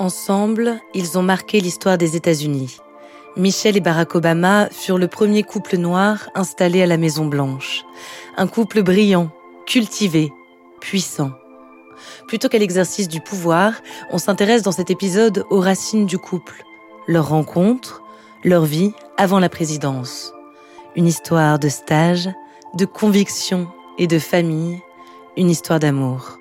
Ensemble, ils ont marqué l'histoire des États-Unis. Michelle et Barack Obama furent le premier couple noir installé à la Maison-Blanche. Un couple brillant, cultivé, puissant. Plutôt qu'à l'exercice du pouvoir, on s'intéresse dans cet épisode aux racines du couple, leur rencontre, leur vie avant la présidence. Une histoire de stage, de conviction et de famille, une histoire d'amour.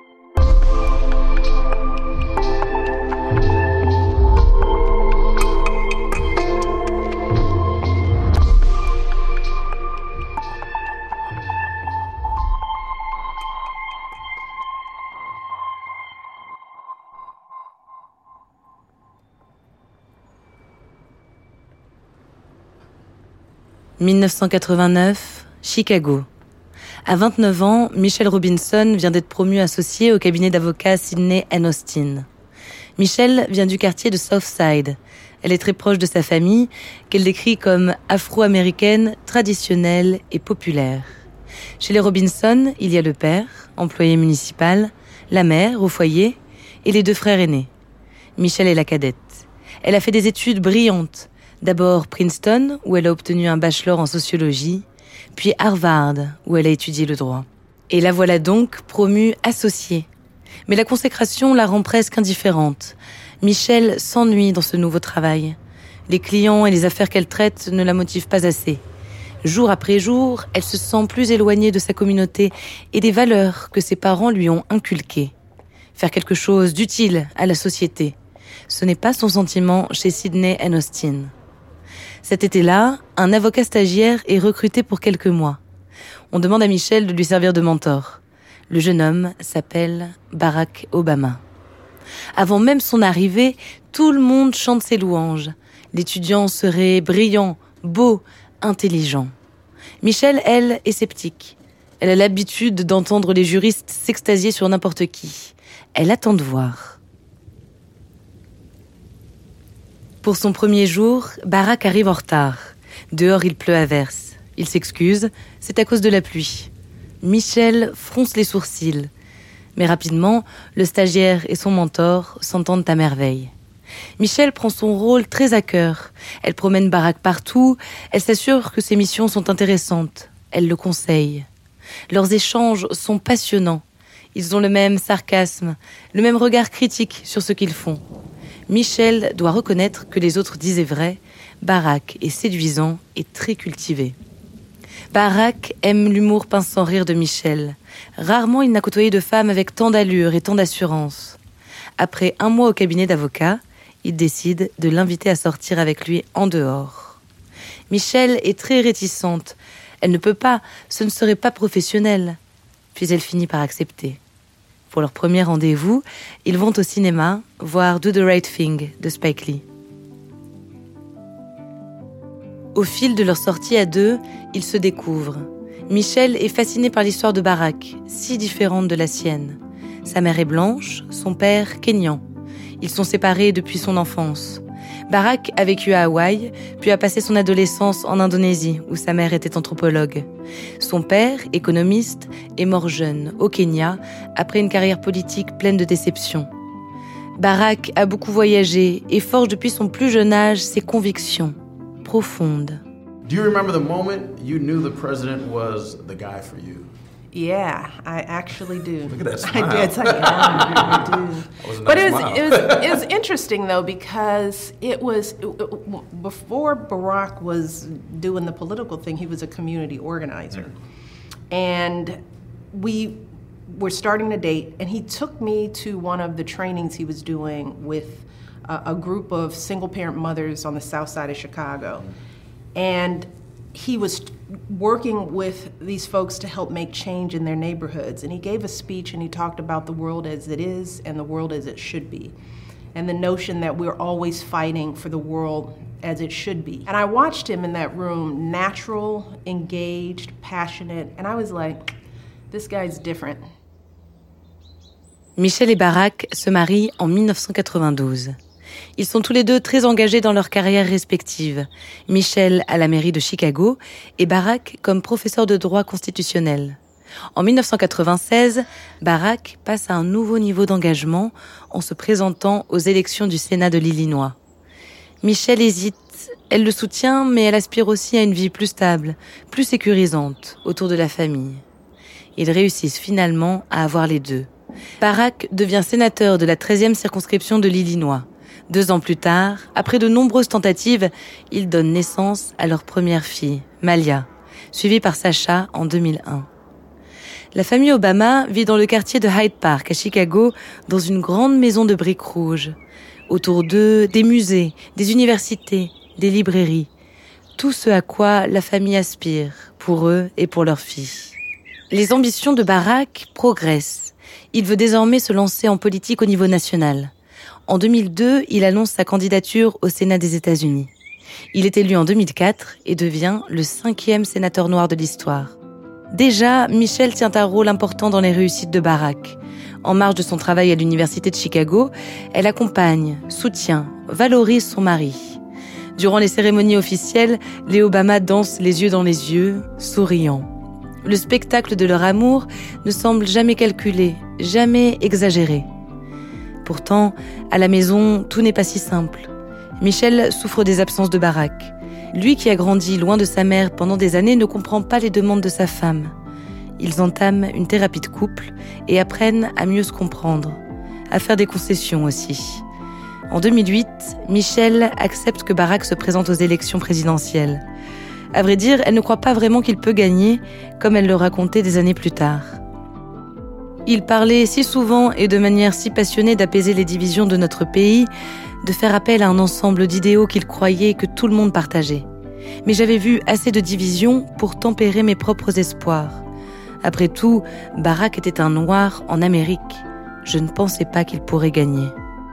« 1989, Chicago. À 29 ans, Michelle Robinson vient d'être promue associée au cabinet d'avocats Sidney & Austin. Michelle vient du quartier de Southside. Elle est très proche de sa famille, qu'elle décrit comme afro-américaine, traditionnelle et populaire. Chez les Robinson, il y a le père, employé municipal, la mère, au foyer, et les 2 frères aînés. Michelle est la cadette. Elle a fait des études brillantes. D'abord Princeton, où elle a obtenu un bachelor en sociologie, puis Harvard, où elle a étudié le droit. Et la voilà donc promue associée. Mais la consécration la rend presque indifférente. Michelle s'ennuie dans ce nouveau travail. Les clients et les affaires qu'elle traite ne la motivent pas assez. Jour après jour, elle se sent plus éloignée de sa communauté et des valeurs que ses parents lui ont inculquées. Faire quelque chose d'utile à la société. Ce n'est pas son sentiment chez Sidney & Austin. Cet été-là, un avocat stagiaire est recruté pour quelques mois. On demande à Michelle de lui servir de mentor. Le jeune homme s'appelle Barack Obama. Avant même son arrivée, tout le monde chante ses louanges. L'étudiant serait brillant, beau, intelligent. Michelle, elle, est sceptique. Elle a l'habitude d'entendre les juristes s'extasier sur n'importe qui. Elle attend de voir. Pour son premier jour, Barack arrive en retard. Dehors, il pleut à verse. Il s'excuse, c'est à cause de la pluie. Michelle fronce les sourcils. Mais rapidement, le stagiaire et son mentor s'entendent à merveille. Michelle prend son rôle très à cœur. Elle promène Barack partout. Elle s'assure que ses missions sont intéressantes. Elle le conseille. Leurs échanges sont passionnants. Ils ont le même sarcasme, le même regard critique sur ce qu'ils font. Michelle doit reconnaître que les autres disaient vrai, Barack est séduisant et très cultivé. Barack aime l'humour pince sans rire de Michelle. Rarement il n'a côtoyé de femme avec tant d'allure et tant d'assurance. Après 1 mois au cabinet d'avocat, il décide de l'inviter à sortir avec lui en dehors. Michelle est très réticente. Elle ne peut pas, ce ne serait pas professionnel. Puis elle finit par accepter. Pour leur premier rendez-vous, ils vont au cinéma voir Do the Right Thing de Spike Lee. Au fil de leur sortie à 2, ils se découvrent. Michelle est fascinée par l'histoire de Barack, si différente de la sienne. Sa mère est blanche, son père kényan. Ils sont séparés depuis son enfance. Barack a vécu à Hawaï, puis a passé son adolescence en Indonésie, où sa mère était anthropologue. Son père, économiste, est mort jeune, au Kenya, après une carrière politique pleine de déceptions. Barack a beaucoup voyagé et forge depuis son plus jeune âge ses convictions profondes. Do you remember the moment you knew the president was the guy for you? Yeah, I actually do. Look at that smile. I did. I do. But it was interesting though, because it was before Barack was doing the political thing. He was a community organizer, and we were starting to date. And he took me to one of the trainings he was doing with a group of single-parent mothers on the south side of Chicago, and he was working with these folks to help make change in their neighborhoods. And he gave a speech and he talked about the world as it is and the world as it should be. And the notion that we're always fighting for the world as it should be. And I watched him in that room, natural, engaged, passionate, and I was like, this guy's different. Michelle et Barack se marient en 1992. Ils sont tous les 2 très engagés dans leurs carrières respectives. Michelle à la mairie de Chicago et Barack comme professeur de droit constitutionnel. En 1996, Barack passe à un nouveau niveau d'engagement en se présentant aux élections du Sénat de l'Illinois. Michelle hésite. Elle le soutient, mais elle aspire aussi à une vie plus stable, plus sécurisante, autour de la famille. Ils réussissent finalement à avoir les deux. Barack devient sénateur de la 13e circonscription de l'Illinois. 2 ans plus tard, après de nombreuses tentatives, ils donnent naissance à leur première fille, Malia, suivie par Sacha en 2001. La famille Obama vit dans le quartier de Hyde Park à Chicago, dans une grande maison de briques rouges. Autour d'eux, des musées, des universités, des librairies. Tout ce à quoi la famille aspire, pour eux et pour leur fille. Les ambitions de Barack progressent. Il veut désormais se lancer en politique au niveau national. En 2002, il annonce sa candidature au Sénat des États-Unis. Il est élu en 2004 et devient le 5e sénateur noir de l'histoire. Déjà, Michelle tient un rôle important dans les réussites de Barack. En marge de son travail à l'université de Chicago, elle accompagne, soutient, valorise son mari. Durant les cérémonies officielles, les Obama dansent les yeux dans les yeux, souriant. Le spectacle de leur amour ne semble jamais calculé, jamais exagéré. Pourtant, à la maison, tout n'est pas si simple. Michelle souffre des absences de Barack. Lui qui a grandi loin de sa mère pendant des années ne comprend pas les demandes de sa femme. Ils entament une thérapie de couple et apprennent à mieux se comprendre, à faire des concessions aussi. En 2008, Michelle accepte que Barack se présente aux élections présidentielles. À vrai dire, elle ne croit pas vraiment qu'il peut gagner, comme elle le racontait des années plus tard. Il parlait si souvent et de manière si passionnée d'apaiser les divisions de notre pays, de faire appel à un ensemble d'idéaux qu'il croyait que tout le monde partageait. Mais j'avais vu assez de divisions pour tempérer mes propres espoirs. Après tout, Barack était un noir en Amérique. Je ne pensais pas qu'il pourrait gagner.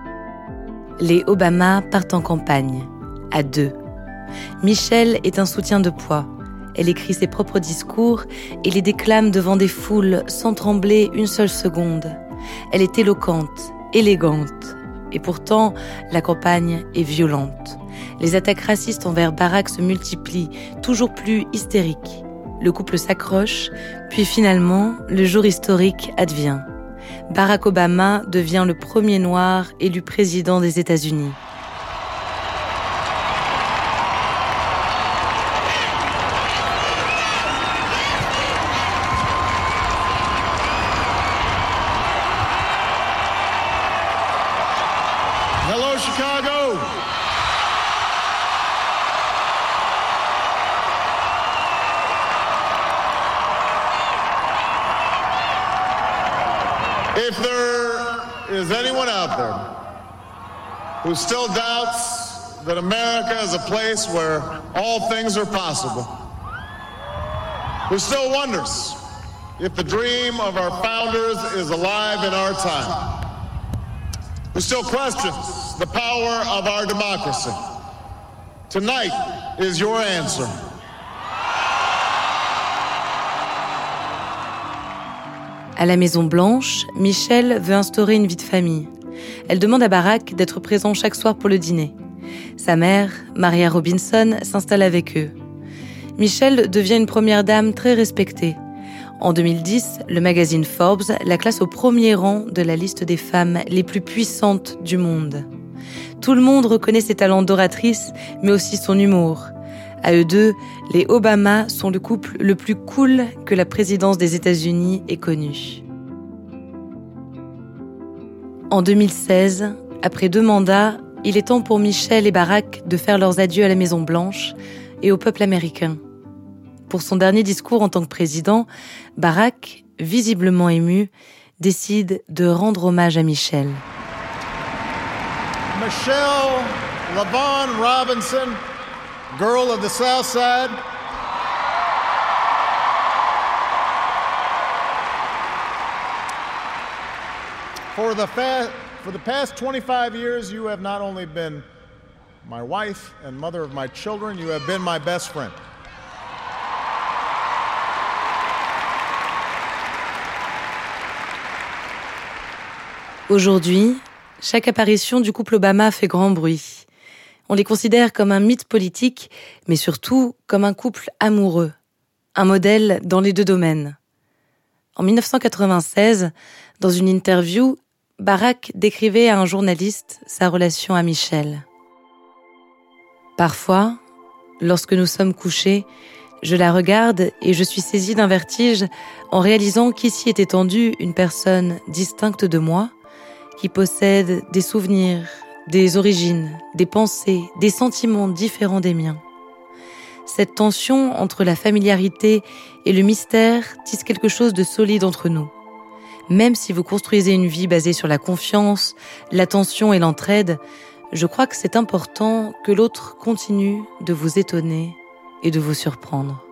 Les Obama partent en campagne, à 2. Michelle est un soutien de poids. Elle écrit ses propres discours et les déclame devant des foules sans trembler une seule seconde. Elle est éloquente, élégante. Et pourtant, la campagne est violente. Les attaques racistes envers Barack se multiplient, toujours plus hystériques. Le couple s'accroche, puis finalement, le jour historique advient. Barack Obama devient le premier noir élu président des États-Unis. Hello, Chicago. If there is anyone out there who still doubts that America is a place where all things are possible, who still wonders if the dream of our founders is alive in our time, who still questions the power of our democracy, tonight is your answer. À la Maison-Blanche, Michelle veut instaurer une vie de famille. Elle demande à Barack d'être présent chaque soir pour le dîner. Sa mère, Maria Robinson, s'installe avec eux. Michelle devient une première dame très respectée. En 2010, le magazine Forbes la classe au premier rang de la liste des femmes les plus puissantes du monde. Tout le monde reconnaît ses talents d'oratrice, mais aussi son humour. À eux deux, les Obama sont le couple le plus cool que la présidence des États-Unis ait connu. En 2016, après 2 mandats, il est temps pour Michelle et Barack de faire leurs adieux à la Maison-Blanche et au peuple américain. Pour son dernier discours en tant que président, Barack, visiblement ému, décide de rendre hommage à Michelle. Michelle LaVaughn Robinson, girl of the South Side. For the past 25 years, you have not only been my wife and mother of my children, you have been my best friend. Aujourd'hui, chaque apparition du couple Obama fait grand bruit. On les considère comme un mythe politique, mais surtout comme un couple amoureux, un modèle dans les 2 domaines. En 1996, dans une interview, Barack décrivait à un journaliste sa relation à Michelle. Parfois, lorsque nous sommes couchés, je la regarde et je suis saisie d'un vertige en réalisant qu'ici est étendue une personne distincte de moi, qui possède des souvenirs, des origines, des pensées, des sentiments différents des miens. Cette tension entre la familiarité et le mystère tisse quelque chose de solide entre nous. Même si vous construisez une vie basée sur la confiance, l'attention et l'entraide, je crois que c'est important que l'autre continue de vous étonner et de vous surprendre.